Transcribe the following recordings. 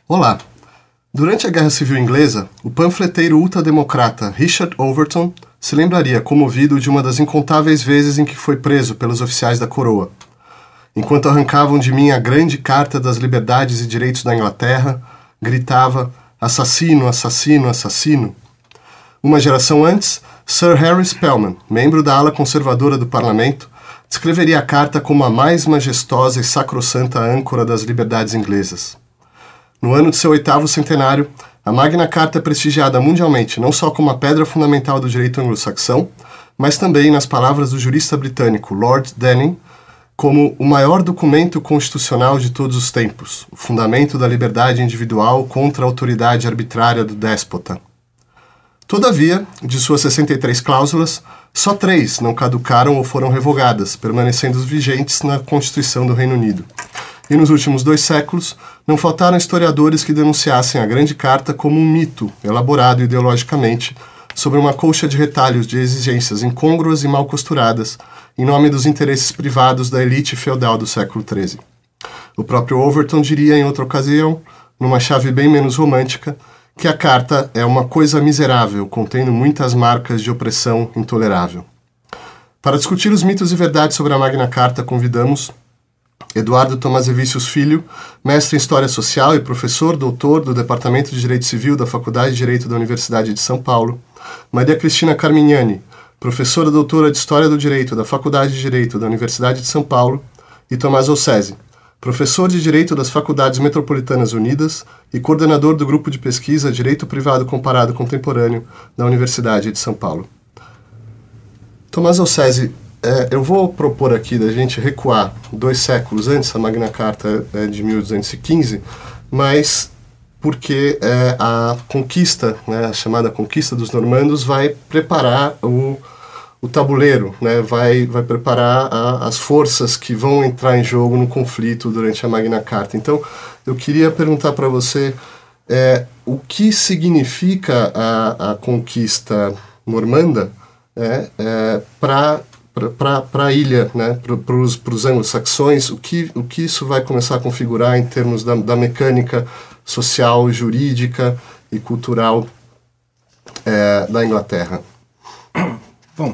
Olá! Durante a Guerra Civil Inglesa, o panfleteiro ultrademocrata Richard Overton se lembraria comovido de uma das incontáveis vezes em que foi preso pelos oficiais da coroa. Enquanto arrancavam de mim a grande Carta das Liberdades e Direitos da Inglaterra, gritava: assassino, assassino, assassino. Uma geração antes, Sir Harry Spelman, membro da ala conservadora do Parlamento, descreveria a Carta como a mais majestosa e sacrossanta âncora das liberdades inglesas. No ano de seu 8º centenário, a Magna Carta é prestigiada mundialmente não só como a pedra fundamental do direito anglo-saxão, mas também, nas palavras do jurista britânico Lord Denning, como o maior documento constitucional de todos os tempos, o fundamento da liberdade individual contra a autoridade arbitrária do déspota. Todavia, de suas 63 cláusulas, só 3 não caducaram ou foram revogadas, permanecendo vigentes na Constituição do Reino Unido. E nos últimos 2 séculos, não faltaram historiadores que denunciassem a Grande Carta como um mito, elaborado ideologicamente, sobre uma colcha de retalhos de exigências incôngruas e mal costuradas, em nome dos interesses privados da elite feudal do século XIII. O próprio Overton diria em outra ocasião, numa chave bem menos romântica, que a Carta é uma coisa miserável, contendo muitas marcas de opressão intolerável. Para discutir os mitos e verdades sobre a Magna Carta, convidamos Eduardo Tomazevicius Filho, mestre em História Social e professor doutor do Departamento de Direito Civil da Faculdade de Direito da Universidade de São Paulo, Maria Cristina Carmignani, professora doutora de História do Direito da Faculdade de Direito da Universidade de São Paulo, e Tomás Olcese, professor de Direito das Faculdades Metropolitanas Unidas e coordenador do Grupo de Pesquisa Direito Privado Comparado Contemporâneo da Universidade de São Paulo. Tomás Olcese, eu vou propor aqui da gente recuar 2 séculos antes, a Magna Carta é de 1215, mas porque a conquista, a chamada Conquista dos Normandos, vai preparar o tabuleiro, vai preparar as forças que vão entrar em jogo no conflito durante a Magna Carta. Então, eu queria perguntar para você o que significa a conquista normanda para a ilha, para os anglo-saxões, o que isso vai começar a configurar em termos da mecânica social, jurídica e cultural da Inglaterra? Bom,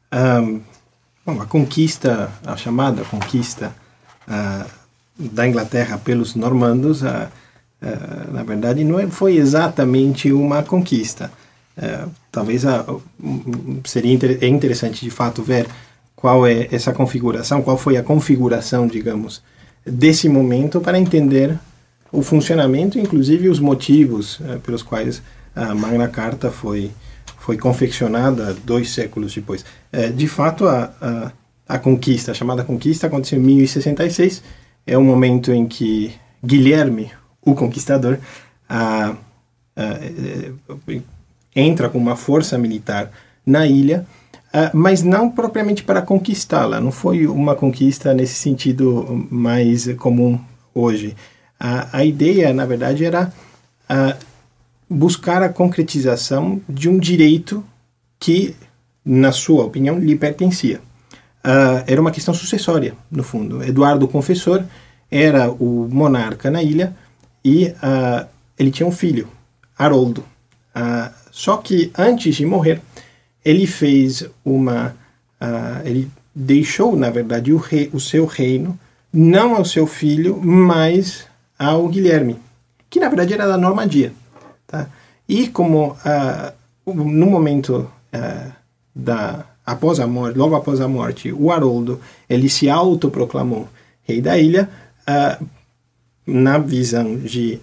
a conquista, a chamada conquista da Inglaterra pelos normandos, na verdade, não foi exatamente uma conquista. Talvez seria interessante, de fato, ver qual é essa configuração, qual foi a configuração, digamos, desse momento para entender o funcionamento, inclusive os motivos pelos quais a Magna Carta foi confeccionada 2 séculos depois. De fato, a conquista, a chamada conquista, aconteceu em 1066. É o momento em que Guilherme, o Conquistador, entra com uma força militar na ilha, mas não propriamente para conquistá-la. Não foi uma conquista nesse sentido mais comum hoje. A ideia, na verdade, era buscar a concretização de um direito que, na sua opinião, lhe pertencia. Era uma questão sucessória, no fundo. Eduardo o Confessor era o monarca na ilha e ele tinha um filho, Haroldo. Só que, antes de morrer, ele fez ele deixou, na verdade, o seu reino, não ao seu filho, mas ao Guilherme, que, na verdade, era da Normandia. Tá? E como, no momento logo após a morte, o Haroldo, ele se autoproclamou rei da ilha, na visão de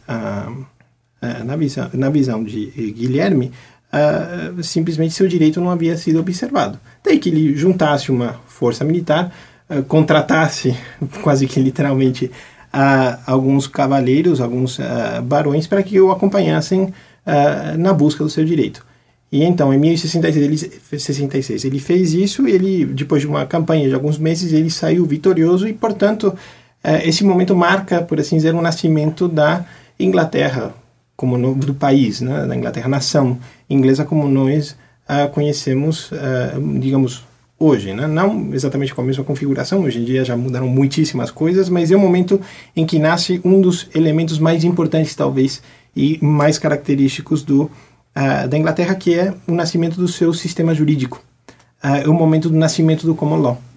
Guilherme, simplesmente seu direito não havia sido observado. Daí que ele juntasse uma força militar, contratasse quase que literalmente alguns cavaleiros, alguns barões, para que o acompanhassem na busca do seu direito. E então, em 1066, ele fez isso, e depois de uma campanha de alguns meses, ele saiu vitorioso, e, portanto, esse momento marca, por assim dizer, o nascimento da Inglaterra, do país, da Inglaterra, nação inglesa, como nós conhecemos, digamos, hoje, né? Não exatamente com a mesma configuração, hoje em dia já mudaram muitíssimas coisas, mas é o momento em que nasce um dos elementos mais importantes, talvez, e mais característicos da Inglaterra, que é o nascimento do seu sistema jurídico. É o momento do nascimento do common law.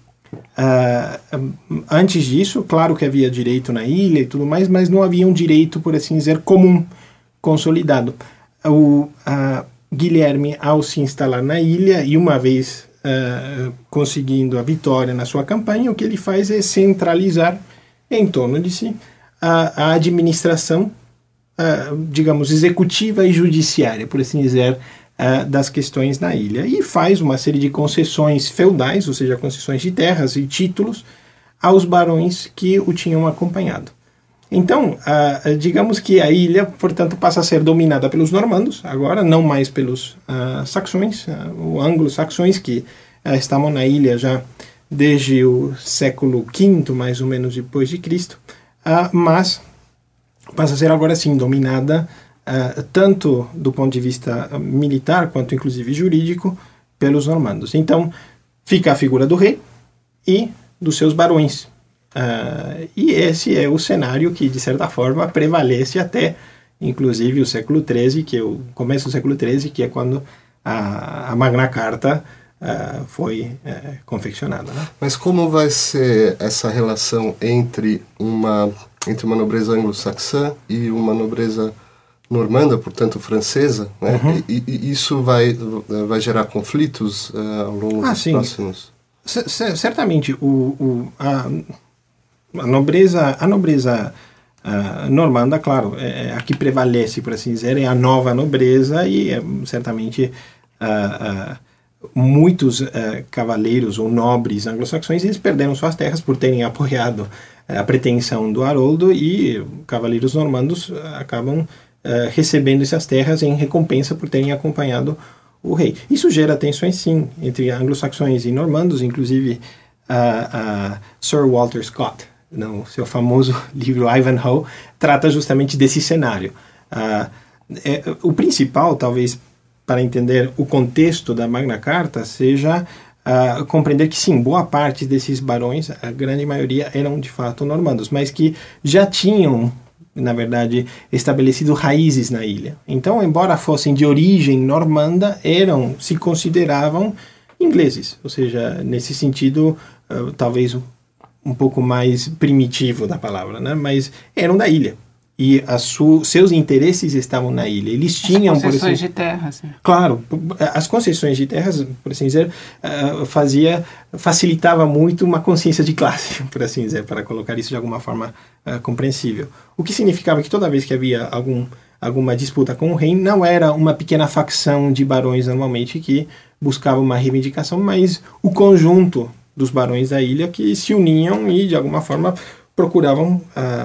Antes disso, claro que havia direito na ilha e tudo mais, mas não havia um direito, por assim dizer, comum, consolidado. Guilherme, ao se instalar na ilha, e uma vez conseguindo a vitória na sua campanha, o que ele faz é centralizar em torno de si a administração, digamos, executiva e judiciária, por assim dizer, das questões na ilha. E faz uma série de concessões feudais, ou seja, concessões de terras e títulos, aos barões que o tinham acompanhado. Então, digamos que a ilha, portanto, passa a ser dominada pelos normandos, agora, não mais pelos saxões, ou anglo-saxões, que estavam na ilha já desde o século V, mais ou menos depois de Cristo, mas passa a ser agora sim dominada, tanto do ponto de vista militar, quanto inclusive jurídico, pelos normandos. Então, fica a figura do rei e dos seus barões. E esse é o cenário que, de certa forma, prevalece até, inclusive, o século XIII, o começo do século XIII, que é quando a Magna Carta foi confeccionada. Né? Mas como vai ser essa relação entre uma nobreza anglo-saxã e uma nobreza normanda, portanto francesa, né? Uhum. E isso vai gerar conflitos ao longo dos próximos... Certamente, a nobreza normanda, claro, a que prevalece, por assim dizer, é a nova nobreza e certamente muitos cavaleiros ou nobres anglo-saxões eles perderam suas terras por terem apoiado a pretensão do Haroldo, e cavaleiros normandos acabam recebendo essas terras em recompensa por terem acompanhado o rei. Isso gera tensões, sim, entre anglo-saxões e normandos, inclusive Sir Walter Scott, no seu famoso livro Ivanhoe, trata justamente desse cenário. O principal, talvez, para entender o contexto da Magna Carta, seja compreender que, sim, boa parte desses barões, a grande maioria, eram de fato normandos, mas que já tinham, na verdade, estabelecido raízes na ilha. Então, embora fossem de origem normanda, se consideravam ingleses, ou seja, nesse sentido, talvez um pouco mais primitivo da palavra, né? Mas eram da ilha. E seus interesses estavam na ilha. Eles tinham... As concessões de terras. Sim. Claro, as concessões de terras, por assim dizer, facilitava muito uma consciência de classe, por assim dizer, para colocar isso de alguma forma compreensível. O que significava que toda vez que havia alguma disputa com o rei, não era uma pequena facção de barões normalmente que buscava uma reivindicação, mas o conjunto dos barões da ilha que se uniam e, de alguma forma, procuravam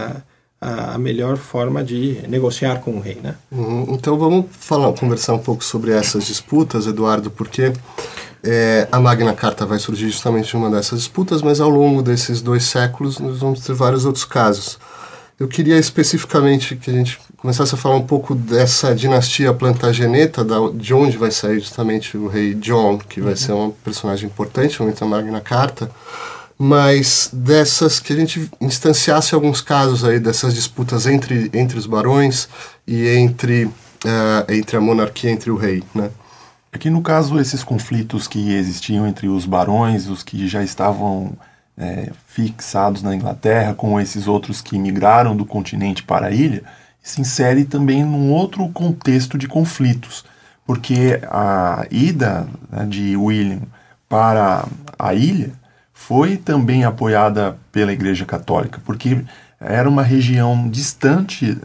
a melhor forma de negociar com o rei, né? Então vamos conversar um pouco sobre essas disputas, Eduardo, porque a Magna Carta vai surgir justamente de uma dessas disputas, mas ao longo desses 2 séculos nós vamos ter vários outros casos. Eu queria especificamente que a gente começasse a falar um pouco dessa dinastia Plantageneta, de onde vai sair justamente o rei John, que vai ser um personagem importante no momento da Magna Carta, mas dessas que a gente instanciasse alguns casos aí dessas disputas entre os barões e entre a monarquia, entre o rei, né? Aqui no caso, esses conflitos que existiam entre os barões, os que já estavam fixados na Inglaterra, com esses outros que migraram do continente para a ilha, se insere também num outro contexto de conflitos, porque a ida, né, de William para a ilha foi também apoiada pela Igreja Católica, porque era uma região distante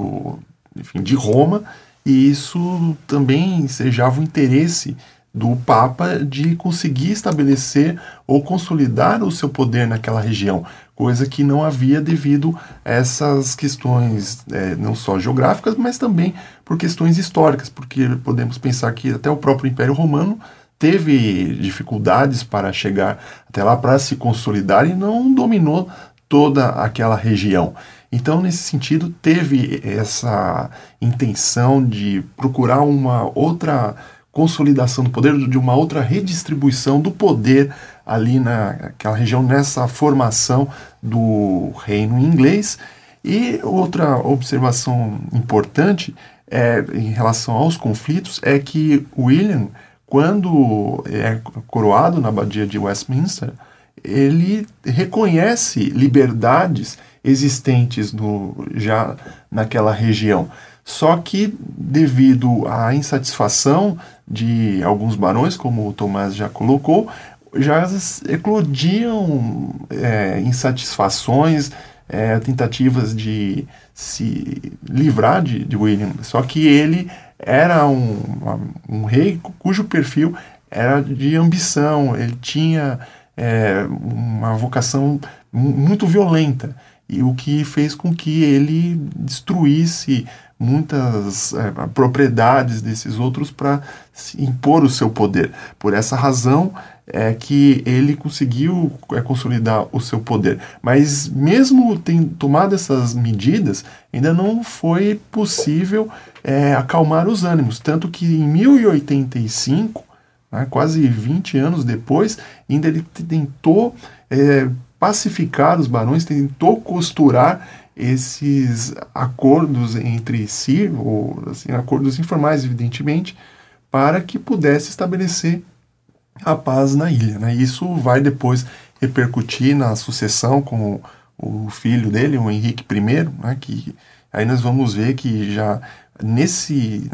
de Roma, e isso também ensejava o interesse do Papa de conseguir estabelecer ou consolidar o seu poder naquela região, coisa que não havia devido a essas questões não só geográficas, mas também por questões históricas, porque podemos pensar que até o próprio Império Romano teve dificuldades para chegar até lá, para se consolidar, e não dominou toda aquela região. Então, nesse sentido, teve essa intenção de procurar uma outra consolidação do poder, de uma outra redistribuição do poder ali naquela região, nessa formação do reino inglês. E outra observação importante em relação aos conflitos é que William, quando é coroado na abadia de Westminster, ele reconhece liberdades existentes já naquela região. Só que, devido à insatisfação de alguns barões, como o Tomás já colocou, já eclodiam insatisfações, tentativas de se livrar de William. Só que ele era um rei cujo perfil era de ambição, ele tinha uma vocação muito violenta, e o que fez com que ele destruísse muitas propriedades desses outros para impor o seu poder. Por essa razão que ele conseguiu consolidar o seu poder. Mas mesmo tendo tomado essas medidas, ainda não foi possível acalmar os ânimos. Tanto que em 1085, quase 20 anos depois, ainda ele tentou pacificar os barões, tentou costurar esses acordos entre si, ou assim, acordos informais, evidentemente, para que pudesse estabelecer a paz na ilha. Isso vai depois repercutir na sucessão com o filho dele, o Henrique I, que aí nós vamos ver que já nesse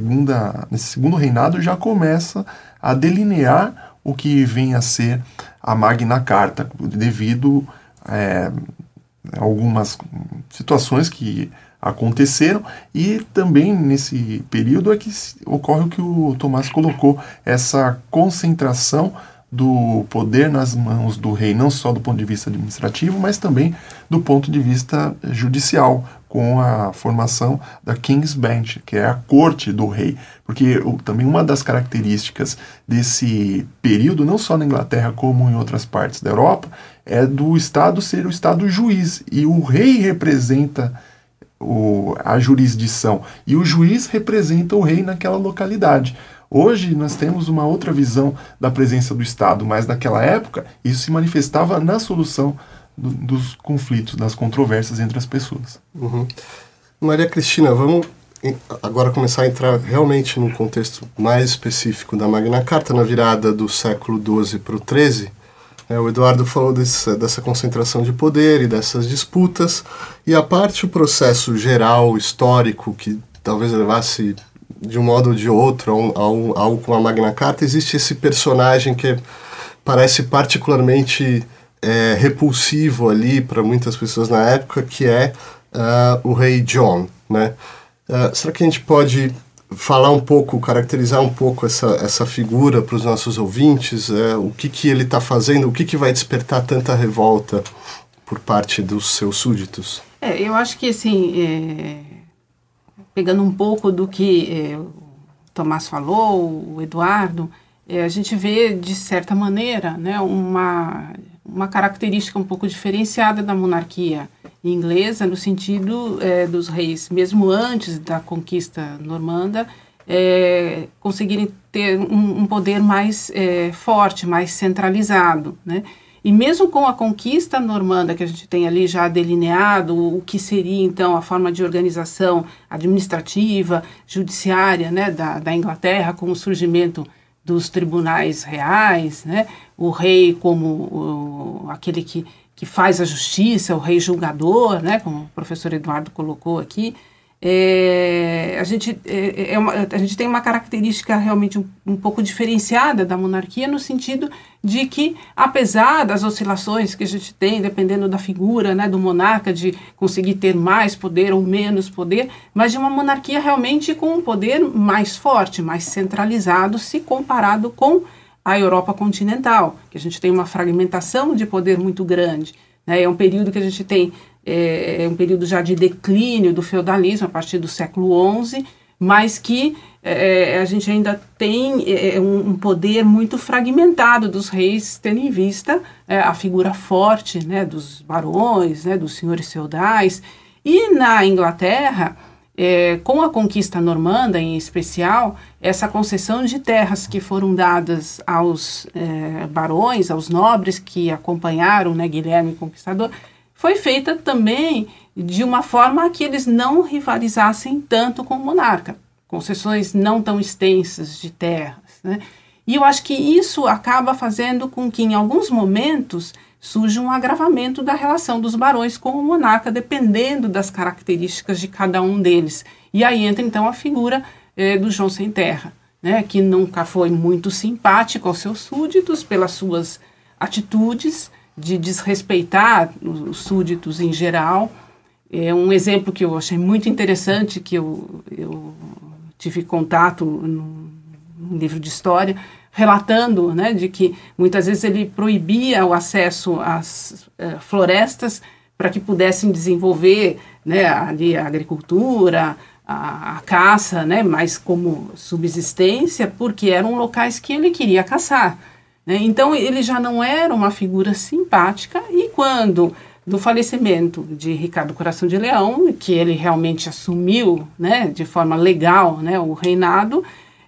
segundo reinado já começa a delinear o que vem a ser a Magna Carta, devido a algumas situações que aconteceram, e também nesse período é que ocorre o que o Tomás colocou, essa concentração do poder nas mãos do rei, não só do ponto de vista administrativo, mas também do ponto de vista judicial, com a formação da King's Bench, que é a corte do rei. Porque também uma das características desse período, não só na Inglaterra como em outras partes da Europa, é do Estado ser o Estado juiz, e o rei representa a jurisdição, e o juiz representa o rei naquela localidade. Hoje nós temos uma outra visão da presença do Estado, mas naquela época isso se manifestava na solução dos conflitos, das controvérsias entre as pessoas. Uhum. Maria Cristina, vamos agora começar a entrar realmente num contexto mais específico da Magna Carta, na virada do século XII para o XIII. O Eduardo falou dessa concentração de poder e dessas disputas, e a parte o processo geral, histórico, que talvez levasse de um modo ou de outro a algo como a Magna Carta, existe esse personagem que parece particularmente repulsivo ali para muitas pessoas na época, que é o rei John, né? Será que a gente pode falar um pouco, caracterizar um pouco essa figura para os nossos ouvintes? O que ele está fazendo, o que vai despertar tanta revolta por parte dos seus súditos? Eu acho que, assim, pegando um pouco do que o Tomás falou, o Eduardo, a gente vê, de certa maneira, né, uma característica um pouco diferenciada da monarquia inglesa, no sentido dos reis, mesmo antes da conquista normanda, conseguirem ter um poder mais forte, mais centralizado, né? E mesmo com a conquista normanda, que a gente tem ali já delineado o que seria, então, a forma de organização administrativa, judiciária, né, da Inglaterra, com o surgimento dos tribunais reais, né, o rei como aquele que faz a justiça, o rei julgador, né, como o professor Eduardo colocou aqui, a gente tem uma característica realmente um pouco diferenciada da monarquia, no sentido de que, apesar das oscilações que a gente tem, dependendo da figura, né, do monarca, de conseguir ter mais poder ou menos poder, mas de uma monarquia realmente com um poder mais forte, mais centralizado, se comparado com a Europa continental, que a gente tem uma fragmentação de poder muito grande, né? É um período que a gente tem um período já de declínio do feudalismo a partir do século XI, mas que a gente ainda tem um poder muito fragmentado dos reis, tendo em vista a figura forte, né, dos barões, né, dos senhores feudais. E na Inglaterra, com a conquista normanda, em especial, essa concessão de terras que foram dadas aos barões, aos nobres que acompanharam, né, Guilherme Conquistador, foi feita também de uma forma que eles não rivalizassem tanto com o monarca. Concessões não tão extensas de terras, né? E eu acho que isso acaba fazendo com que, em alguns momentos, surge um agravamento da relação dos barões com o monarca, dependendo das características de cada um deles. E aí entra, então, a figura do João Sem Terra, né, que nunca foi muito simpático aos seus súditos pelas suas atitudes de desrespeitar os súditos em geral. Um exemplo que eu achei muito interessante, que eu tive contato num livro de história, relatando, né, de que muitas vezes ele proibia o acesso às florestas para que pudessem desenvolver, né, ali a agricultura, a caça, né, mas como subsistência, porque eram locais que ele queria caçar, né? Então ele já não era uma figura simpática, e quando, do falecimento de Ricardo Coração de Leão, que ele realmente assumiu, né, de forma legal, né, o reinado,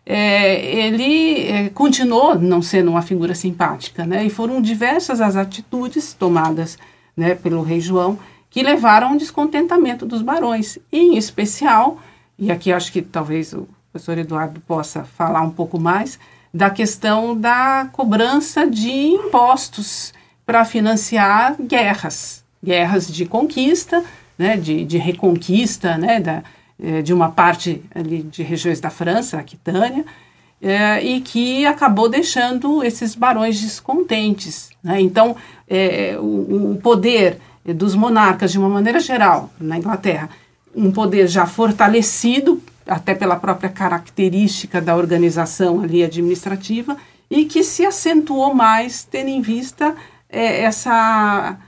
ele continuou não sendo uma figura simpática, né? E foram diversas as atitudes tomadas, né, pelo rei João que levaram ao descontentamento dos barões, e em especial, e aqui acho que talvez o professor Eduardo possa falar um pouco mais, da questão da cobrança de impostos para financiar guerras de conquista, né, de reconquista, né, de uma parte ali de regiões da França, Aquitânia, e que acabou deixando esses barões descontentes, né? Então, o poder dos monarcas, de uma maneira geral, na Inglaterra, um poder já fortalecido, até pela própria característica da organização ali administrativa, e que se acentuou mais, tendo em vista essa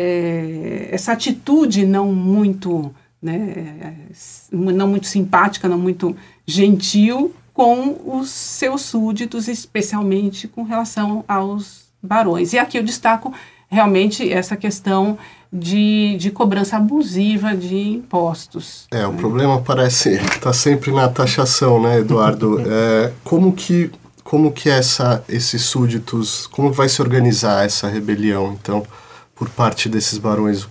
atitude não muito, né, não muito simpática, não muito gentil com os seus súditos, especialmente com relação aos barões. E aqui eu destaco realmente essa questão de cobrança abusiva de impostos. O problema parece estar sempre na taxação, né, Eduardo? Como que esses súditos, como vai se organizar essa rebelião, então, por parte desses barões?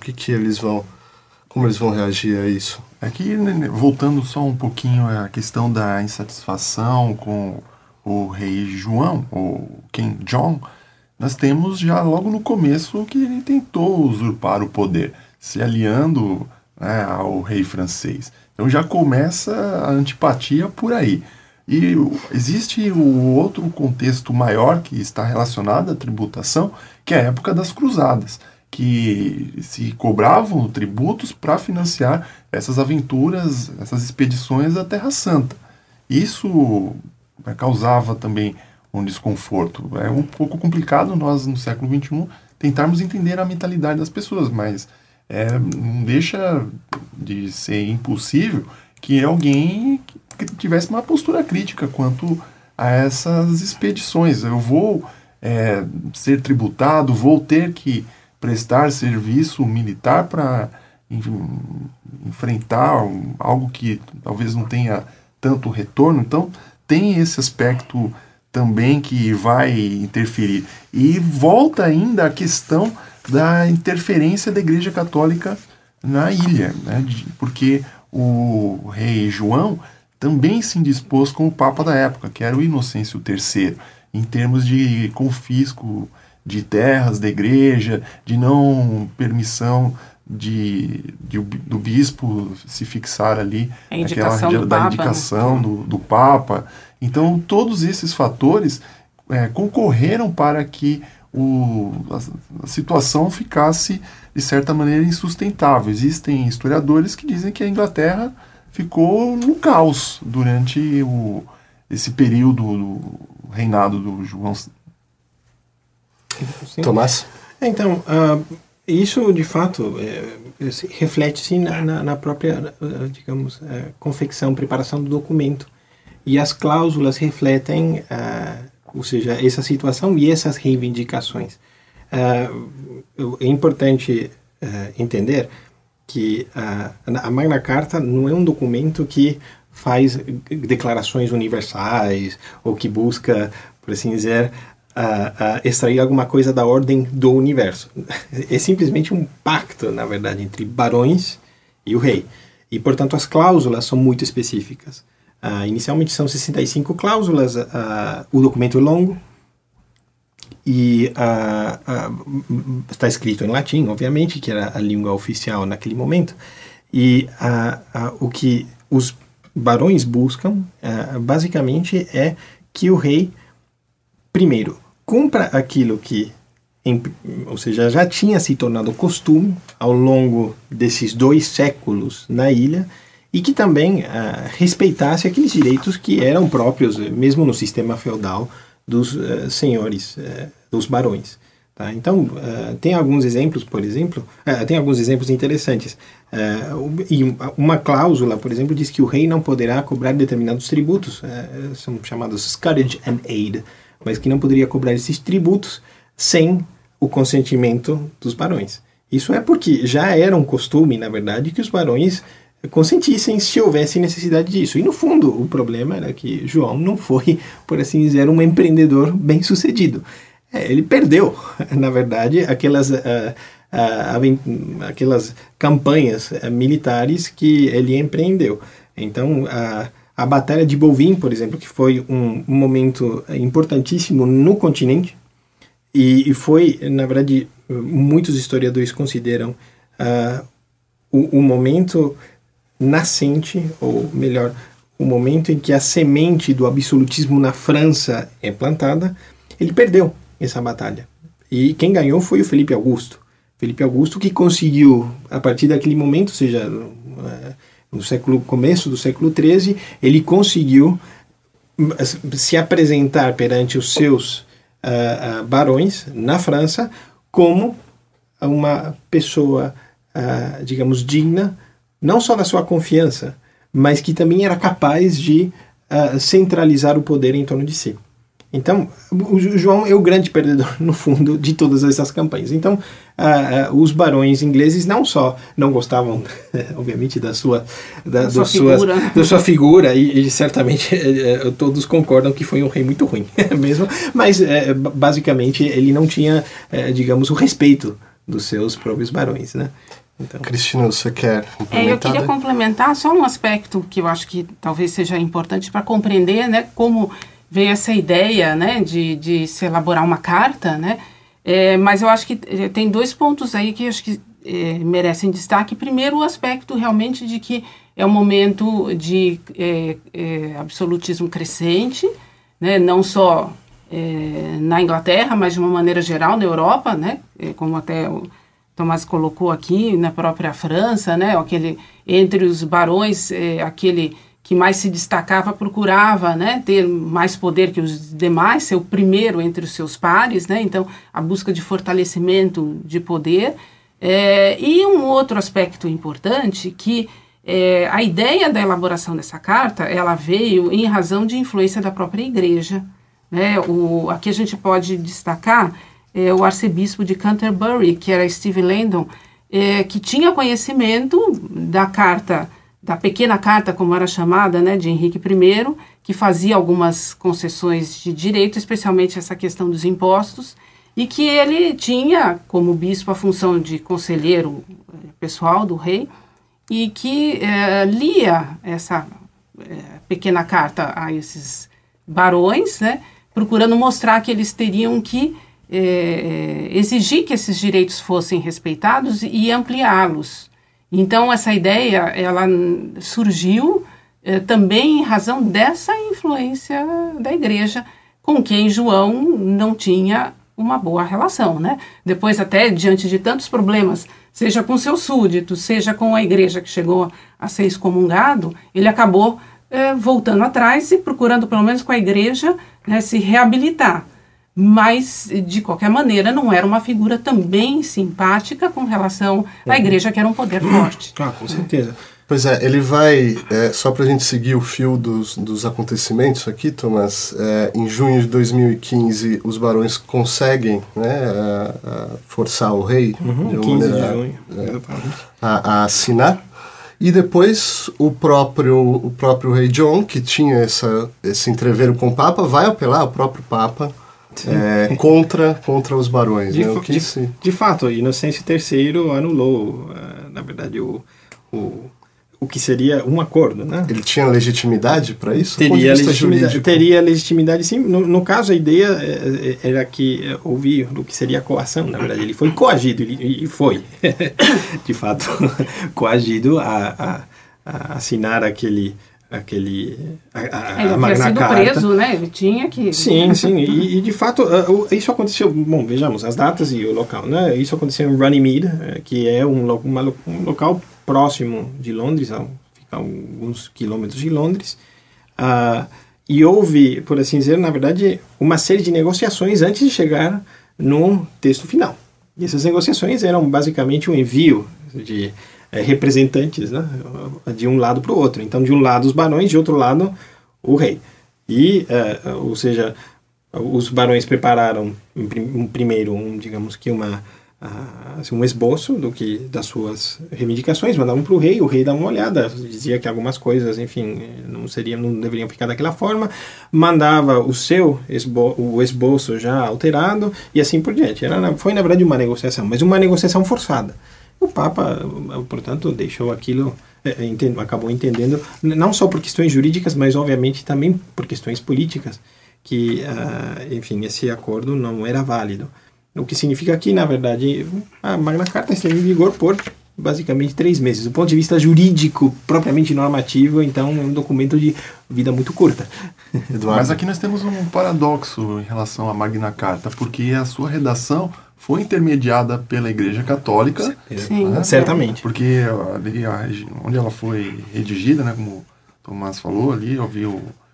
Como eles vão reagir a isso? Aqui, voltando só um pouquinho à questão da insatisfação com o rei João, ou King John, nós temos já logo no começo que ele tentou usurpar o poder, se aliando, né, ao rei francês. Então já começa a antipatia por aí. E existe o outro contexto maior que está relacionado à tributação, que é a época das cruzadas, que se cobravam tributos para financiar essas aventuras, essas expedições à Terra Santa. Isso causava também um desconforto. É um pouco complicado nós, no século XXI, tentarmos entender a mentalidade das pessoas, mas não deixa de ser impossível que alguém que tivesse uma postura crítica quanto a essas expedições. Eu vou ser tributado, vou ter que prestar serviço militar para enfrentar algo que talvez não tenha tanto retorno. Então, tem esse aspecto também que vai interferir. E volta ainda a questão da interferência da Igreja Católica na ilha, né? Porque o rei João também se indispôs com o Papa da época, que era o Inocêncio III, em termos de confisco de terras da igreja, de não permissão do bispo se fixar ali naquela indicação do Papa. Então, todos esses fatores concorreram para que a situação ficasse, de certa maneira, insustentável. Existem historiadores que dizem que a Inglaterra ficou no caos durante esse período do reinado do João. Sim. Tomás? Então, isso, de fato, reflete-se na própria, digamos, confecção, preparação do documento. E as cláusulas refletem, ou seja, essa situação e essas reivindicações. É importante entender que a Magna Carta não é um documento que faz declarações universais ou que busca, por assim dizer, extrair alguma coisa da ordem do universo. É simplesmente um pacto, na verdade, entre barões e o rei. E, portanto, as cláusulas são muito específicas. Inicialmente são 65 cláusulas, o documento é longo, e está escrito em latim, obviamente, que era a língua oficial naquele momento, e o que os barões buscam, basicamente, é que o rei, primeiro, cumpra aquilo que, ou seja, já tinha se tornado costume ao longo desses 2 séculos na ilha, e que também respeitasse aqueles direitos que eram próprios, mesmo no sistema feudal, dos senhores, dos barões. Tá? Então, tem alguns exemplos, por exemplo, tem alguns exemplos interessantes. E uma cláusula, por exemplo, diz que o rei não poderá cobrar determinados tributos, são chamados scutage and aid, mas que não poderia cobrar esses tributos sem o consentimento dos barões. Isso é porque já era um costume, na verdade, que os barões consentissem se houvesse necessidade disso. E, no fundo, o problema era que João não foi, por assim dizer, um empreendedor bem-sucedido. Ele perdeu, na verdade, aquelas campanhas militares que ele empreendeu. Então, a Batalha de Bouvines, por exemplo, que foi um momento importantíssimo no continente, e foi, na verdade, muitos historiadores consideram o momento nascente, ou melhor, o momento em que a semente do absolutismo na França é plantada. Ele perdeu essa batalha. E quem ganhou foi o Felipe Augusto. Felipe Augusto, que conseguiu, a partir daquele momento, ou seja, no começo do século XIII, ele conseguiu se apresentar perante os seus barões na França como uma pessoa, digamos, digna, não só da sua confiança, mas que também era capaz de centralizar o poder em torno de si. Então, o João é o grande perdedor, no fundo, de todas essas campanhas. Então, os barões ingleses não só não gostavam, obviamente, da sua figura, e certamente todos concordam que foi um rei muito ruim, mesmo, mas, basicamente, ele não tinha, digamos, o respeito dos seus próprios barões, né? Então. Cristina, você quer complementar? Eu queria complementar só um aspecto que eu acho que talvez seja importante para compreender, né, como veio essa ideia, né, de se elaborar uma carta, né, mas eu acho que tem 2 pontos aí que eu acho que merecem destaque. Primeiro, o aspecto realmente de que é um momento de absolutismo crescente, né, não só na Inglaterra, mas de uma maneira geral na Europa, né, como até o Tomás colocou aqui, na própria França, né, entre os barões, aquele que mais se destacava procurava, né, ter mais poder que os demais, ser o primeiro entre os seus pares, né, então a busca de fortalecimento de poder. E um outro aspecto importante, que a ideia da elaboração dessa carta, ela veio em razão de influência da própria igreja, né. Aqui a gente pode destacar o arcebispo de Canterbury, que era Stephen Langdon, que tinha conhecimento da carta, da pequena carta, como era chamada, né, de Henrique I, que fazia algumas concessões de direito, especialmente essa questão dos impostos, e que ele tinha, como bispo, a função de conselheiro pessoal do rei, e que lia essa pequena carta a esses barões, né, procurando mostrar que eles teriam que exigir que esses direitos fossem respeitados e ampliá-los. Então, essa ideia, ela surgiu também em razão dessa influência da igreja, com quem João não tinha uma boa relação, né? Depois, até diante de tantos problemas, seja com seus súditos, seja com a igreja que chegou a ser excomungado, ele acabou voltando atrás e procurando, pelo menos com a igreja, né, se reabilitar. Mas, de qualquer maneira, não era uma figura também simpática com relação à igreja, que era um poder forte. Com certeza. Pois é, ele vai, só para a gente seguir o fio dos acontecimentos aqui, Tomás, em junho de 2015 os barões conseguem, né, forçar o rei de 15 de junho, exatamente. A assinar, e depois o próprio rei John, que tinha esse entreveiro com o Papa, vai apelar, o próprio Papa, contra os barões. De fato, Inocêncio III anulou, na verdade, o que seria um acordo, né? Ele tinha legitimidade para isso? Teria legitimidade, sim. No caso, a ideia era que houve o que seria coação, na verdade. Ele foi coagido, e foi, de fato, coagido a assinar a Magna Carta. Preso, né? Ele tinha que... Sim. E de fato, isso aconteceu... Bom, vejamos as datas e o local, né? Isso aconteceu em Runnymede, que é um local próximo de Londres, fica a alguns quilômetros de Londres. E houve, por assim dizer, na verdade, uma série de negociações antes de chegar no texto final. E essas negociações eram basicamente um envio de representantes, né, de um lado para o outro. Então, de um lado os barões, de outro lado o rei. E, ou seja, os barões prepararam primeiro, digamos que um esboço das suas reivindicações, mandavam para o rei dava uma olhada, dizia que algumas coisas, enfim, não deveriam ficar daquela forma, mandava o esboço já alterado e assim por diante. Foi, na verdade, uma negociação, mas uma negociação forçada. O Papa, portanto, deixou aquilo, acabou entendendo, não só por questões jurídicas, mas, obviamente, também por questões políticas, que, enfim, esse acordo não era válido. O que significa que, na verdade, a Magna Carta esteve em vigor por, basicamente, 3 meses. Do ponto de vista jurídico, propriamente normativo, então, é um documento de vida muito curta. Mas aqui nós temos um paradoxo em relação à Magna Carta, porque a sua redação foi intermediada pela Igreja Católica. Sim, né? Certamente. Porque ali, onde ela foi redigida, né, como o Tomás falou, ali havia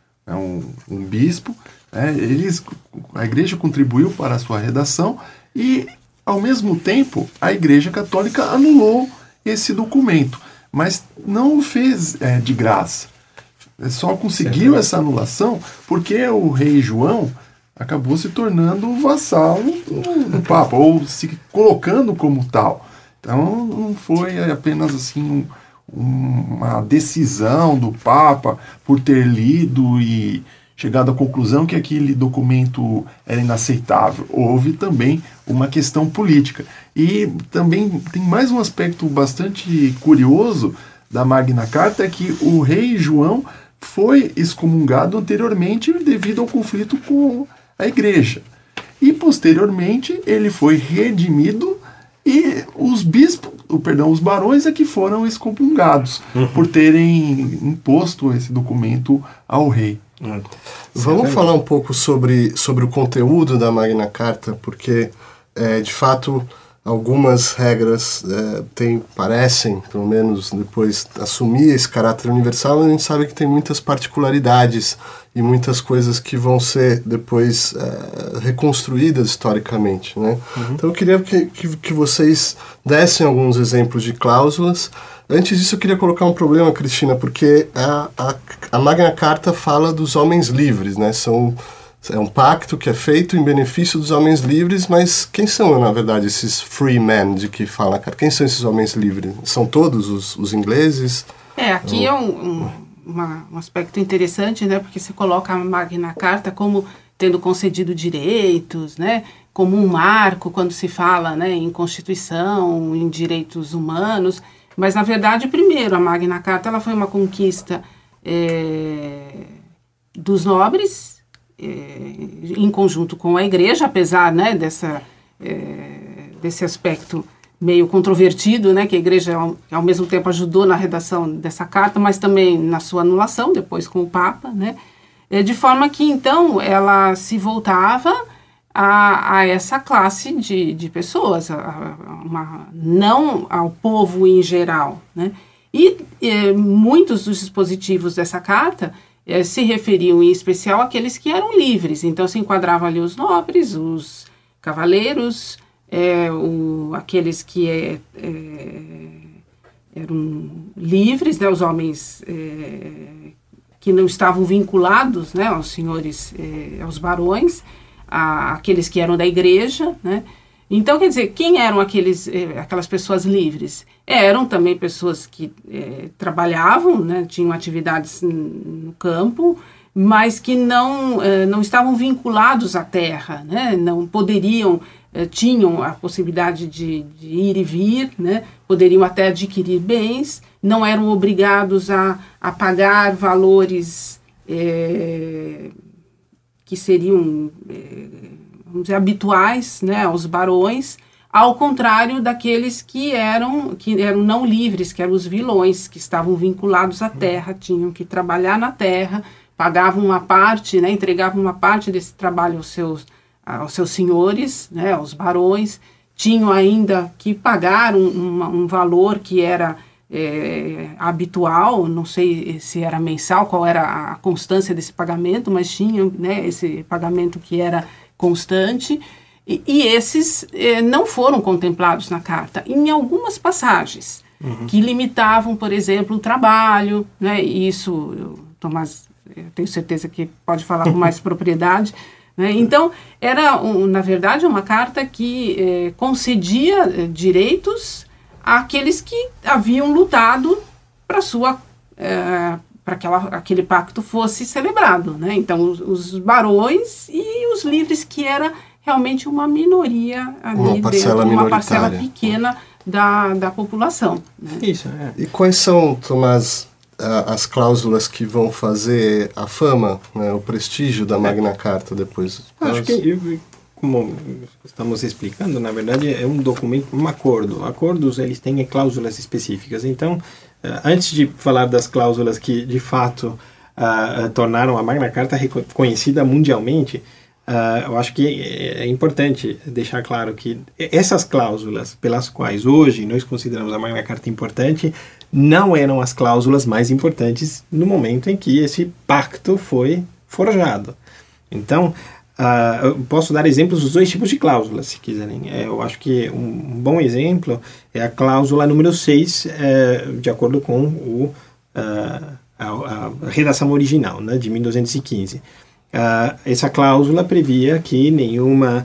um bispo. A Igreja contribuiu para a sua redação e, ao mesmo tempo, a Igreja Católica anulou esse documento, mas não o fez de graça. Só conseguiu essa anulação porque o rei João acabou se tornando vassalo do Papa, ou se colocando como tal. Então, não foi apenas assim uma decisão do Papa por ter lido e chegado à conclusão que aquele documento era inaceitável. Houve também uma questão política. E também tem mais um aspecto bastante curioso da Magna Carta, é que o rei João foi excomungado anteriormente devido ao conflito com a igreja. E, posteriormente, ele foi redimido e os barões é que foram excomungados por terem imposto esse documento ao rei. Vamos falar um pouco sobre o conteúdo da Magna Carta, porque, de fato, algumas regras parecem, pelo menos depois, assumir esse caráter universal, mas a gente sabe que tem muitas particularidades e muitas coisas que vão ser depois reconstruídas historicamente, né? Então eu queria que vocês dessem alguns exemplos de cláusulas. Antes disso, eu queria colocar um problema, Cristina, porque a Magna Carta fala dos homens livres, né? É um pacto que é feito em benefício dos homens livres, mas quem são, na verdade, esses free men de que fala a carta? Quem são esses homens livres? São todos os ingleses? Aqui é um aspecto interessante, né? Porque se coloca a Magna Carta como tendo concedido direitos, né? Como um marco quando se fala, né, em Constituição, em direitos humanos. Mas, na verdade, primeiro, a Magna Carta ela foi uma conquista dos nobres, em conjunto com a Igreja, apesar, né, desse aspecto meio controvertido, né, que a Igreja, ao mesmo tempo, ajudou na redação dessa carta, mas também na sua anulação, depois com o Papa, né, de forma que, então, ela se voltava a essa classe de pessoas, não ao povo em geral, né? E muitos dos dispositivos dessa carta se referiam em especial àqueles que eram livres. Então se enquadravam ali os nobres, os cavaleiros, aqueles que eram livres, né, os homens que não estavam vinculados, né, aos senhores, aos barões, aqueles que eram da igreja, né? Então, quer dizer, quem eram aquelas pessoas livres? Eram também pessoas que trabalhavam, né, tinham atividades no campo, mas que não estavam vinculados à terra, né, não poderiam, tinham a possibilidade de ir e vir, né, poderiam até adquirir bens, não eram obrigados a pagar valores que seriam, vamos dizer, habituais, né, aos barões, ao contrário daqueles que eram não livres, que eram os vilões, que estavam vinculados à terra, tinham que trabalhar na terra, pagavam uma parte, né, entregavam uma parte desse trabalho aos seus senhores, né, aos barões, tinham ainda que pagar um valor que era habitual, não sei se era mensal, qual era a constância desse pagamento, mas tinham, né, esse pagamento que era constante, e esses não foram contemplados na carta, em algumas passagens, que limitavam, por exemplo, o trabalho, né, e isso, Tomás, eu tenho certeza que pode falar com mais propriedade, né? Então, era, na verdade, uma carta que concedia direitos àqueles que haviam lutado para que aquele pacto fosse celebrado, né? Então, os barões e os livres, que era realmente uma minoria ali dentro, uma parcela pequena da população, né? Isso, E quais são, Tomás, as cláusulas que vão fazer a fama, né, o prestígio da Magna Carta depois? Acho que, como estamos explicando, na verdade é um documento, um acordo. Acordos, eles têm cláusulas específicas. Então, antes de falar das cláusulas que, de fato, tornaram a Magna Carta reconhecida mundialmente, eu acho que é importante deixar claro que essas cláusulas pelas quais hoje nós consideramos a Magna Carta importante não eram as cláusulas mais importantes no momento em que esse pacto foi forjado. Então, eu posso dar exemplos dos dois tipos de cláusulas, se quiserem. Eu acho que um bom exemplo é a cláusula número 6, de acordo com a redação original, né, de 1215. Essa cláusula previa que nenhuma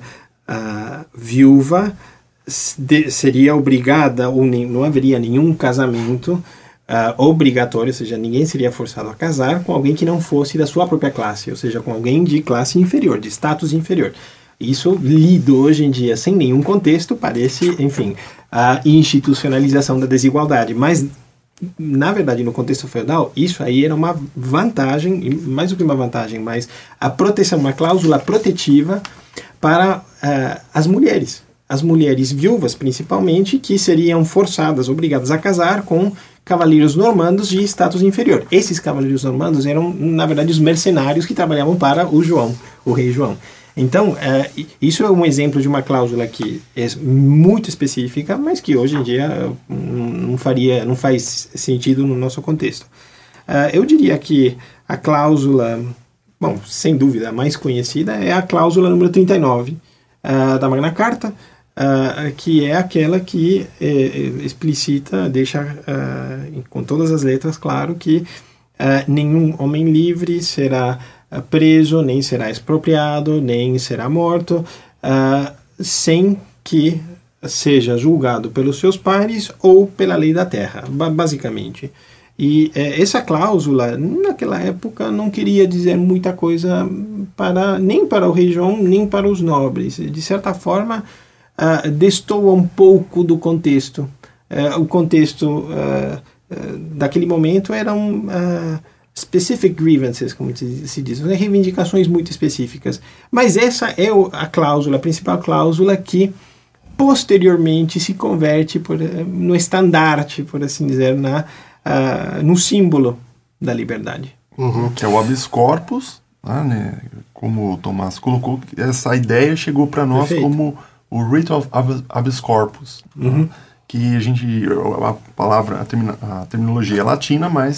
viúva seria obrigada, ou não haveria nenhum casamento obrigatório, ou seja, ninguém seria forçado a casar com alguém que não fosse da sua própria classe, ou seja, com alguém de classe inferior, de status inferior. Isso, lido hoje em dia sem nenhum contexto, parece, enfim, a institucionalização da desigualdade, mas na verdade, no contexto feudal, isso aí era uma vantagem, mais do que uma vantagem, mas a proteção, uma cláusula protetiva para as mulheres viúvas, principalmente, que seriam forçadas, obrigadas a casar com cavaleiros normandos de status inferior. Esses cavaleiros normandos eram, na verdade, os mercenários que trabalhavam para o rei João. Então, isso é um exemplo de uma cláusula que é muito específica, mas que hoje em dia não faz sentido no nosso contexto. Eu diria que a cláusula, bom, sem dúvida, a mais conhecida é a cláusula número 39 da Magna Carta, que é aquela que explicita, deixa com todas as letras claro que nenhum homem livre será preso, nem será expropriado, nem será morto, sem que seja julgado pelos seus pares ou pela lei da terra, basicamente. E essa cláusula, naquela época, não queria dizer muita coisa nem para o rei João, nem para os nobres. De certa forma, destoa um pouco do contexto. O contexto daquele momento eram specific grievances, como se diz, reivindicações muito específicas. Mas essa é a principal cláusula que posteriormente se converte no estandarte, por assim dizer, no símbolo da liberdade. Que é o habeas corpus, né? Como o Tomás colocou, essa ideia chegou para nós como o writ of habeas corpus, né? Que a palavra, a terminologia é latina, mas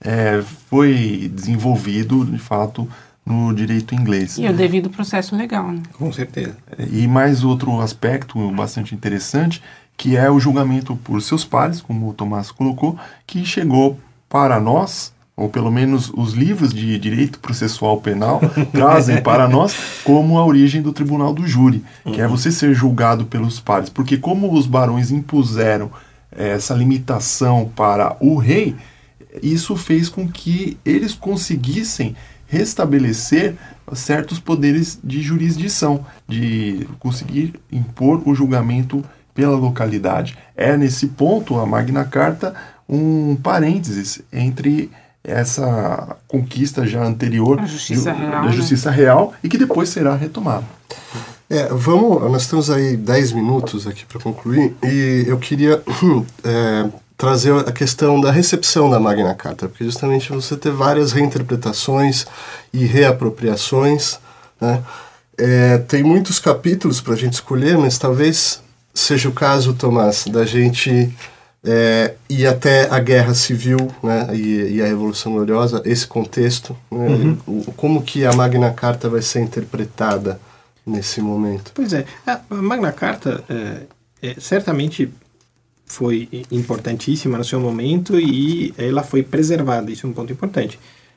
foi desenvolvido, de fato, no direito inglês. E o devido processo legal, né? Com certeza. E mais outro aspecto bastante interessante, que é o julgamento por seus pares, como o Tomás colocou, que chegou para nós, ou pelo menos os livros de direito processual penal trazem para nós como a origem do tribunal do júri, que é você ser julgado pelos pares. Porque como os barões impuseram essa limitação para o rei, isso fez com que eles conseguissem restabelecer certos poderes de jurisdição, de conseguir impor o julgamento pela localidade. É nesse ponto a Magna Carta um parênteses entre essa conquista já anterior da justiça real e que depois será retomada. Nós temos aí 10 minutos aqui para concluir e eu queria trazer a questão da recepção da Magna Carta, porque justamente você ter várias reinterpretações e reapropriações, né? Tem muitos capítulos para a gente escolher, mas talvez seja o caso, Tomás, da gente ir até a Guerra Civil, né, e a Revolução Gloriosa, esse contexto, né? Como que a Magna Carta vai ser interpretada nesse momento? Pois é, a Magna Carta certamente foi importantíssima no seu momento e ela foi preservada, isso é um ponto importante.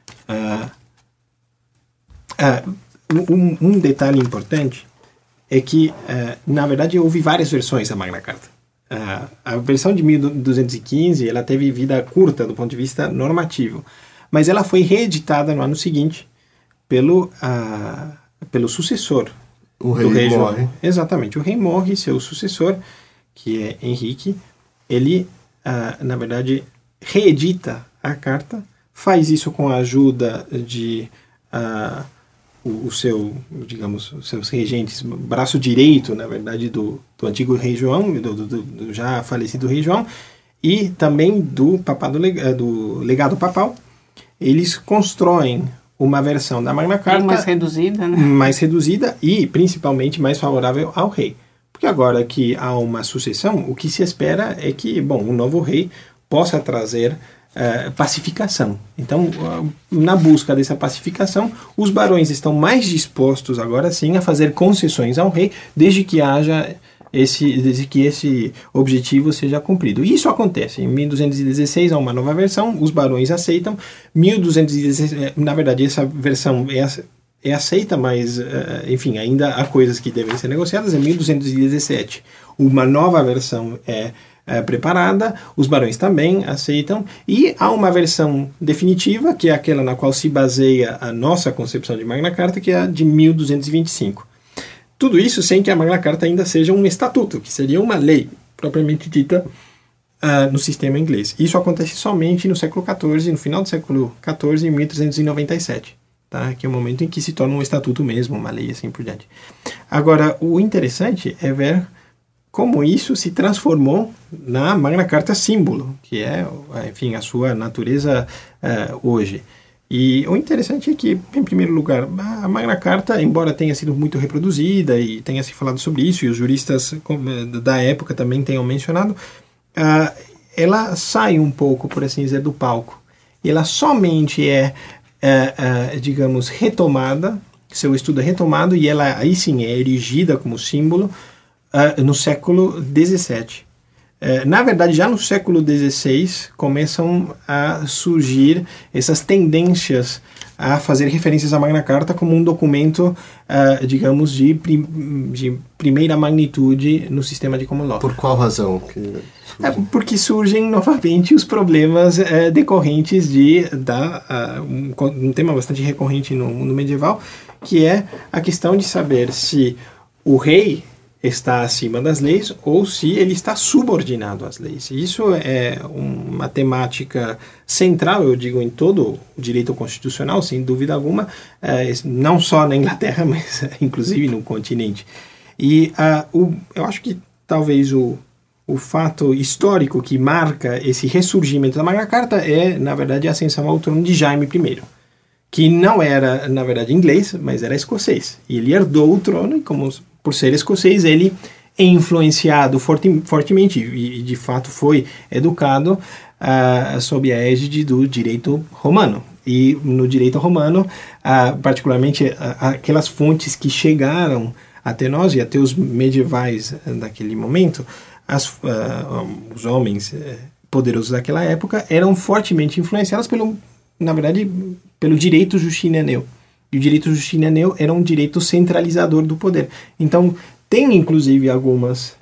Um detalhe importante é que, na verdade, houve várias versões da Magna Carta. A versão de 1215 ela teve vida curta do ponto de vista normativo, mas ela foi reeditada no ano seguinte pelo sucessor do rei morre. Exatamente, o rei morre, seu sucessor, que é Henrique, ele, na verdade, reedita a carta, faz isso com a ajuda de os seus regentes, braço direito, na verdade, do antigo rei João, do já falecido rei João, e também do legado papal. Eles constroem uma versão da Magna Carta mais reduzida, né? Mais reduzida e, principalmente, mais favorável ao rei. Porque agora que há uma sucessão, o que se espera é que, o novo rei possa trazer pacificação. Então, na busca dessa pacificação, os barões estão mais dispostos agora sim a fazer concessões ao rei, desde que esse objetivo seja cumprido. E isso acontece. Em 1216 há uma nova versão, os barões aceitam. 1216, na verdade, essa versão é aceita, mas, enfim, ainda há coisas que devem ser negociadas. Em 1217, uma nova versão é preparada, os barões também aceitam, e há uma versão definitiva, que é aquela na qual se baseia a nossa concepção de Magna Carta, que é a de 1225. Tudo isso sem que a Magna Carta ainda seja um estatuto, que seria uma lei propriamente dita no sistema inglês. Isso acontece somente no século XIV, no final do século XIV, em 1397. Tá? Que é o momento em que se torna um estatuto mesmo, uma lei, assim por diante. Agora, o interessante é ver como isso se transformou na Magna Carta símbolo, que é, enfim, a sua natureza hoje. E o interessante é que, em primeiro lugar, a Magna Carta, embora tenha sido muito reproduzida e tenha se falado sobre isso, e os juristas da época também tenham mencionado, ela sai um pouco, por assim dizer, do palco. Ela somente digamos, retomada, seu estudo é retomado, e ela aí sim é erigida como símbolo no século XVII. Na verdade, já no século XVI começam a surgir essas tendências a fazer referências à Magna Carta como um documento, digamos, de primeira magnitude no sistema de common law. Por qual razão? Porque surgem novamente os problemas decorrentes um tema bastante recorrente no mundo medieval, que é a questão de saber se o rei está acima das leis ou se ele está subordinado às leis. Isso é uma temática central, eu digo, em todo o direito constitucional, sem dúvida alguma, não só na Inglaterra, mas inclusive no continente. E eu acho que talvez o fato histórico que marca esse ressurgimento da Magna Carta é, na verdade, a ascensão ao trono de Jaime I, que não era, na verdade, inglês, mas era escocês. E ele herdou o trono, e por ser escocês, ele é influenciado fortemente, e de fato foi educado sob a égide do direito romano. E no direito romano, particularmente aquelas fontes que chegaram até nós e até os medievais daquele momento, os homens poderosos daquela época eram fortemente influenciados na verdade, pelo direito justinianeu. E o direito justinianeu era um direito centralizador do poder. Então, tem inclusive algumas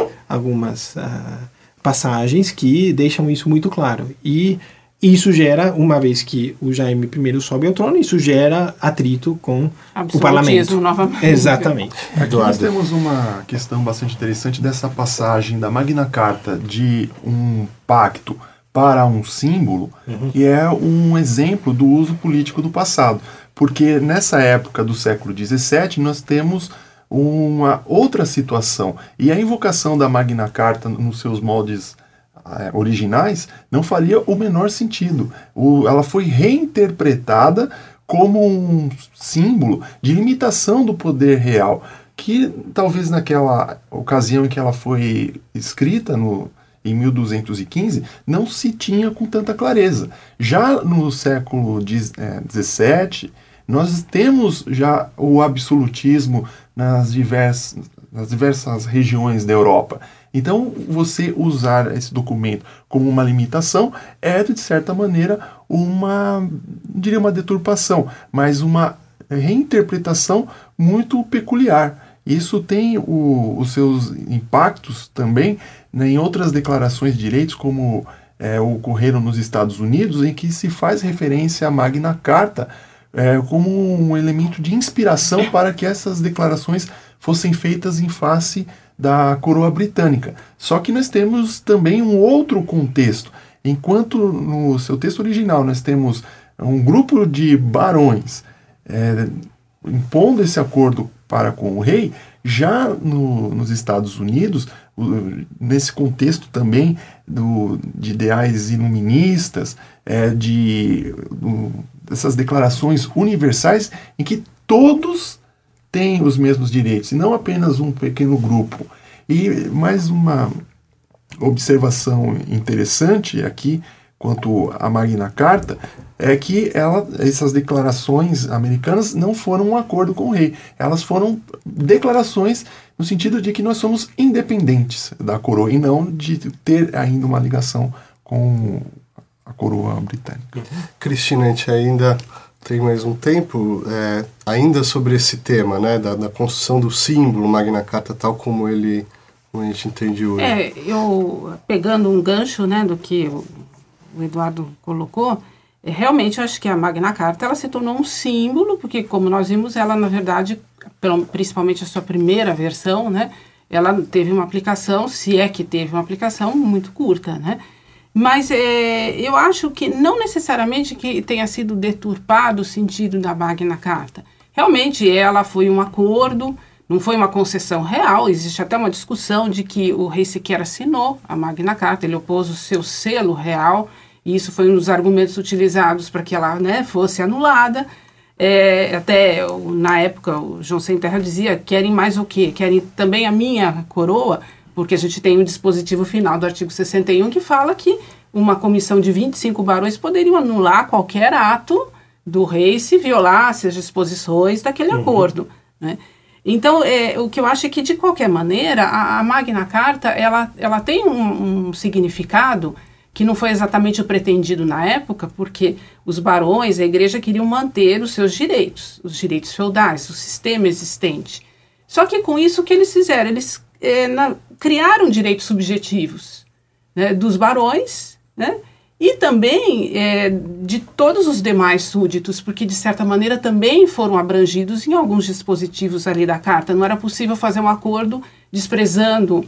passagens que deixam isso muito claro. E isso gera, uma vez que o Jaime I sobe ao trono, isso gera atrito com o parlamento. Novamente. Exatamente. Aqui nós temos uma questão bastante interessante dessa passagem da Magna Carta de um pacto para um símbolo, que é um exemplo do uso político do passado. Porque nessa época do século XVII nós temos uma outra situação. E a invocação da Magna Carta nos seus moldes originais não faria o menor sentido. Ela foi reinterpretada como um símbolo de limitação do poder real, que talvez naquela ocasião em que ela foi escrita em 1215, não se tinha com tanta clareza. Já no século XVII, nós temos já o absolutismo nas diversas regiões da Europa. Então, você usar esse documento como uma limitação é, de certa maneira, não diria uma deturpação, mas uma reinterpretação muito peculiar. Isso tem os seus impactos também em outras declarações de direitos, como ocorreram nos Estados Unidos, em que se faz referência à Magna Carta como um elemento de inspiração para que essas declarações fossem feitas em face da coroa britânica. Só que nós temos também um outro contexto. Enquanto no seu texto original nós temos um grupo de barões impondo esse acordo para com o rei, já nos Estados Unidos, nesse contexto também de ideais iluministas, dessas declarações universais em que todos têm os mesmos direitos, e não apenas um pequeno grupo. E mais uma observação interessante aqui quanto à Magna Carta é que essas declarações americanas não foram um acordo com o rei. Elas foram declarações no sentido de que nós somos independentes da coroa e não de ter ainda uma ligação com a coroa britânica. Cristina, a gente ainda tem mais um tempo ainda sobre esse tema, né, da construção do símbolo Magna Carta tal como a gente entende hoje. Eu pegando um gancho, né, do que o Eduardo colocou, realmente eu acho que a Magna Carta ela se tornou um símbolo, porque como nós vimos, ela na verdade, principalmente a sua primeira versão, né, ela teve uma aplicação, se é que teve uma aplicação, muito curta, né? Mas eu acho que não necessariamente que tenha sido deturpado o sentido da Magna Carta. Realmente ela foi um acordo, não foi uma concessão real. Existe até uma discussão de que o rei sequer assinou a Magna Carta, ele opôs o seu selo real, e isso foi um dos argumentos utilizados para que ela, né, fosse anulada. Até na época o João Sem Terra dizia: querem mais o quê? Querem também a minha coroa? Porque a gente tem o dispositivo final do artigo 61 que fala que uma comissão de 25 barões poderiam anular qualquer ato do rei se violasse as disposições daquele acordo, né? Então, o que eu acho é que, de qualquer maneira, a Magna Carta ela tem um significado que não foi exatamente o pretendido na época, porque os barões, a igreja, queriam manter os seus direitos, os direitos feudais, o sistema existente. Só que com isso o que eles fizeram? Eles criaram direitos subjetivos, né, dos barões, né, e também de todos os demais súditos, porque de certa maneira também foram abrangidos em alguns dispositivos ali da carta. Não era possível fazer um acordo desprezando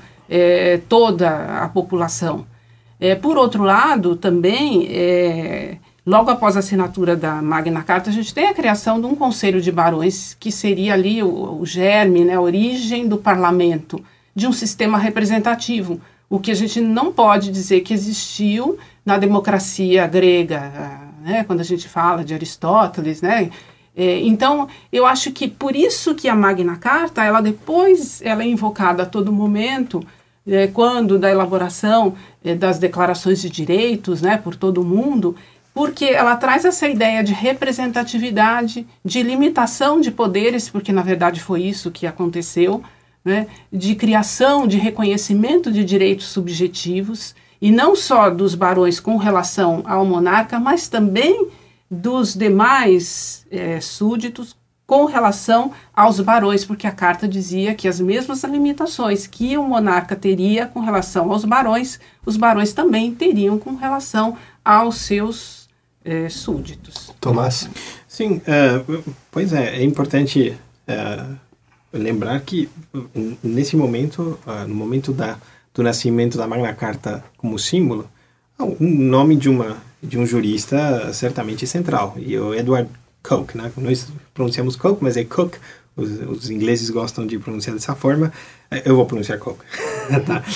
toda a população. Por outro lado, também, logo após a assinatura da Magna Carta, a gente tem a criação de um conselho de barões, que seria ali o germe, né, a origem do parlamento, de um sistema representativo, o que a gente não pode dizer que existiu na democracia grega, né, quando a gente fala de Aristóteles, né? Então, eu acho que por isso que a Magna Carta, ela é invocada a todo momento, quando da elaboração das declarações de direitos, né, por todo o mundo, porque ela traz essa ideia de representatividade, de limitação de poderes, porque na verdade foi isso que aconteceu, né, de criação, de reconhecimento de direitos subjetivos, e não só dos barões com relação ao monarca, mas também dos demais súditos com relação aos barões, porque a carta dizia que as mesmas limitações que o monarca teria com relação aos barões, os barões também teriam com relação aos seus súditos. Tomás? Sim, pois é importante lembrar que nesse momento, no momento do nascimento da Magna Carta como símbolo, o nome de um jurista certamente central, e o Edward Coke, né? Nós pronunciamos Coke, mas é Cook, os ingleses gostam de pronunciar dessa forma, eu vou pronunciar Coke. Tá?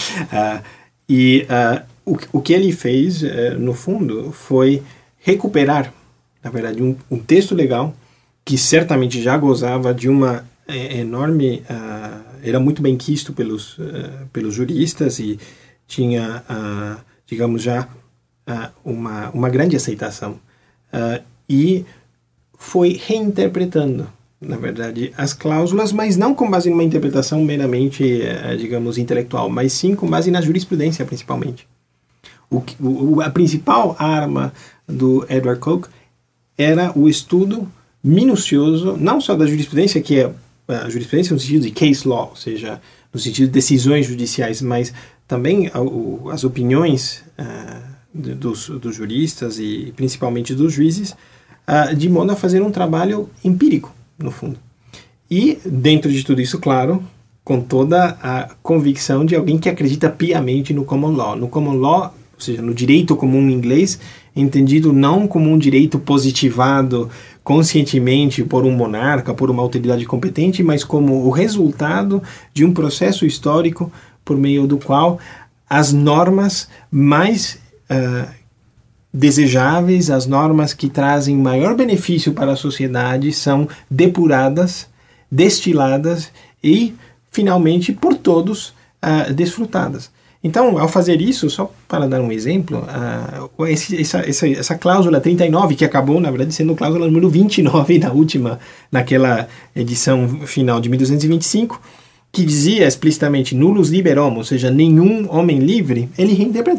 O que ele fez, no fundo, foi recuperar, na verdade, um texto legal que certamente já gozava de uma enorme... era muito bem quisto pelos juristas e tinha, digamos, já uma grande aceitação. E foi reinterpretando, na verdade, as cláusulas, mas não com base numa interpretação meramente, digamos, intelectual, mas sim com base na jurisprudência, principalmente. A principal arma do Edward Coke era o estudo minucioso, não só da jurisprudência, que é a jurisprudência no sentido de case law, ou seja, no sentido de decisões judiciais, mas também as opiniões dos juristas e principalmente dos juízes, de modo a fazer um trabalho empírico, no fundo. E, dentro de tudo isso, claro, com toda a convicção de alguém que acredita piamente no common law. No common law, ou seja, no direito comum inglês, entendido não como um direito positivado conscientemente por um monarca, por uma autoridade competente, mas como o resultado de um processo histórico por meio do qual as normas mais desejáveis, as normas que trazem maior benefício para a sociedade são depuradas, destiladas e, finalmente, por todos desfrutadas. Então, ao fazer isso, só para dar um exemplo, essa cláusula 39, que acabou, na verdade, sendo cláusula número 29 naquela edição final de 1225, que dizia explicitamente nullus liberum, ou seja, nenhum homem livre, ele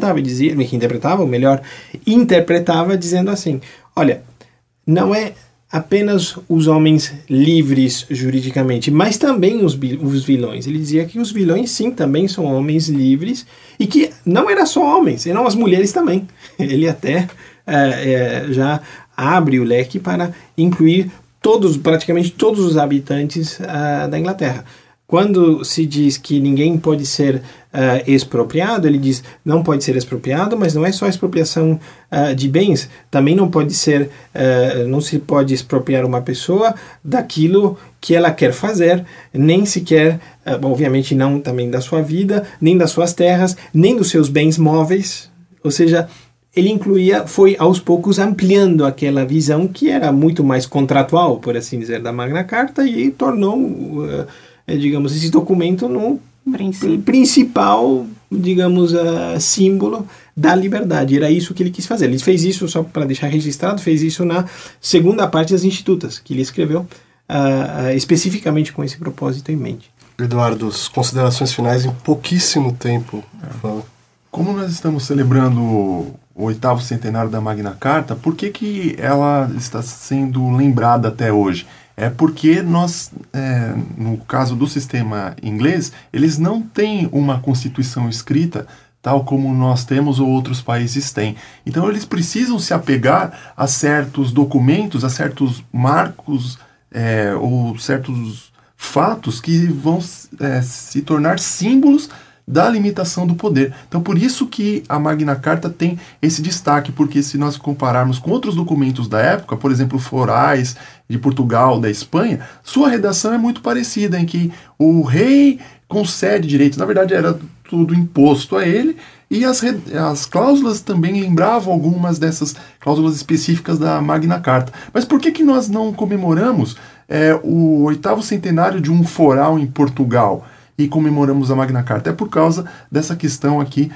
interpretava dizendo assim, olha, não é apenas os homens livres juridicamente, mas também os vilões. Ele dizia que os vilões, sim, também são homens livres, e que não era só homens, eram as mulheres também. Ele até já abre o leque para incluir praticamente todos os habitantes da Inglaterra. Quando se diz que ninguém pode ser expropriado, ele diz não pode ser expropriado, mas não é só expropriação de bens, também não se pode expropriar uma pessoa daquilo que ela quer fazer, nem sequer, obviamente não também da sua vida, nem das suas terras, nem dos seus bens móveis, ou seja, ele foi aos poucos ampliando aquela visão que era muito mais contratual, por assim dizer, da Magna Carta e tornou... digamos, esse documento no principal, digamos, símbolo da liberdade. Era isso que ele quis fazer. Ele fez isso, só para deixar registrado, fez isso na segunda parte das Institutas, que ele escreveu especificamente com esse propósito em mente. Eduardo, considerações finais em pouquíssimo tempo. Como nós estamos celebrando o 8º centenário da Magna Carta, por que ela está sendo lembrada até hoje? É porque nós, no caso do sistema inglês, eles não têm uma constituição escrita tal como nós temos ou outros países têm. Então eles precisam se apegar a certos documentos, a certos marcos ou certos fatos que vão se tornar símbolos da limitação do poder. Então, por isso que a Magna Carta tem esse destaque, porque se nós compararmos com outros documentos da época, por exemplo, forais de Portugal, da Espanha, sua redação é muito parecida, em que o rei concede direitos, na verdade era tudo imposto a ele, e as cláusulas também lembravam algumas dessas cláusulas específicas da Magna Carta. Mas por que nós não comemoramos o 8º centenário de um foral em Portugal e comemoramos a Magna Carta? É por causa dessa questão aqui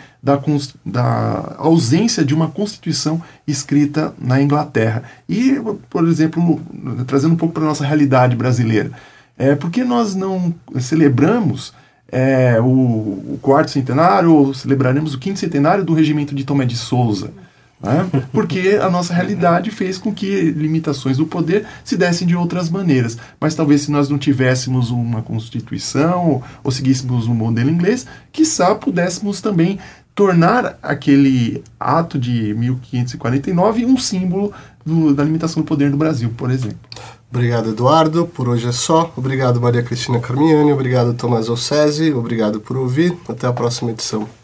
da ausência de uma Constituição escrita na Inglaterra. E, por exemplo, trazendo um pouco para a nossa realidade brasileira, por que nós não celebramos o quarto centenário, ou celebraremos o quinto centenário do regimento de Tomé de Souza. Né? Porque a nossa realidade fez com que limitações do poder se dessem de outras maneiras. Mas talvez se nós não tivéssemos uma Constituição ou seguíssemos um modelo inglês, quiçá pudéssemos também tornar aquele ato de 1549 um símbolo da limitação do poder no Brasil, por exemplo. Obrigado, Eduardo. Por hoje é só. Obrigado, Maria Cristina Carmiani. Obrigado, Tomás Olcese. Obrigado por ouvir. Até a próxima edição.